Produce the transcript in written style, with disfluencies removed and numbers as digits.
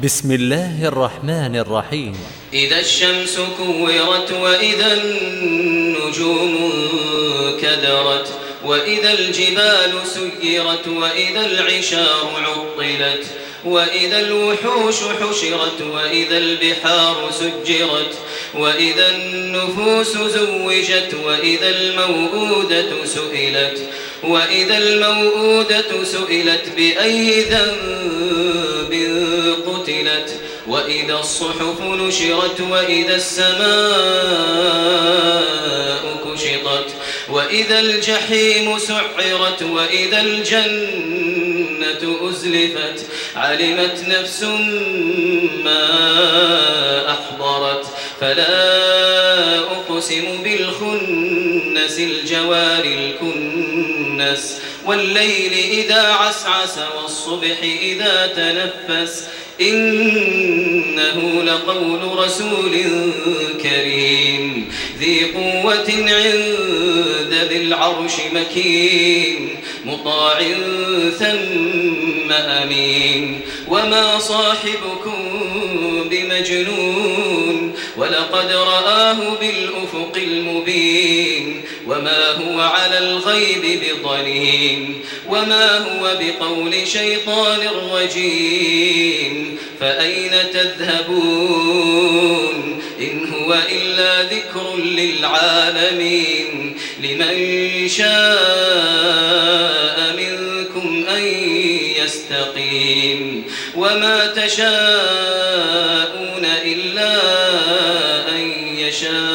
بسم الله الرحمن الرحيم. إذا الشمس كورت وإذا النجوم كدرت وإذا الجبال سيرت وإذا العشار عطلت وإذا الوحوش حشرت وإذا البحار سجرت وإذا النفوس زوجت وإذا الموءودة سئلت بأي ذنب قتلت وإذا الصحف نشرت وإذا السماء كشطت وإذا الجحيم سعرت وإذا الجنة أزلفت علمت نفس ما أحضرت فلا أقسم بالخنس الجوار الكنس والليل إذا عسعس والصبح إذا تنفس إنه لقول رسول كريم ذي قوة عند ذي العرش مكين مطاع ثم أمين وما صاحبكم بمجنون ولقد رآه بالأفق المبين وما هو على الغيب بضنين وما هو بقول شيطان رجيم فأين تذهبون إن هو إلا ذكر للعالمين لمن شاء منكم أن يستقيم وما تشاءون إلا أن يشاء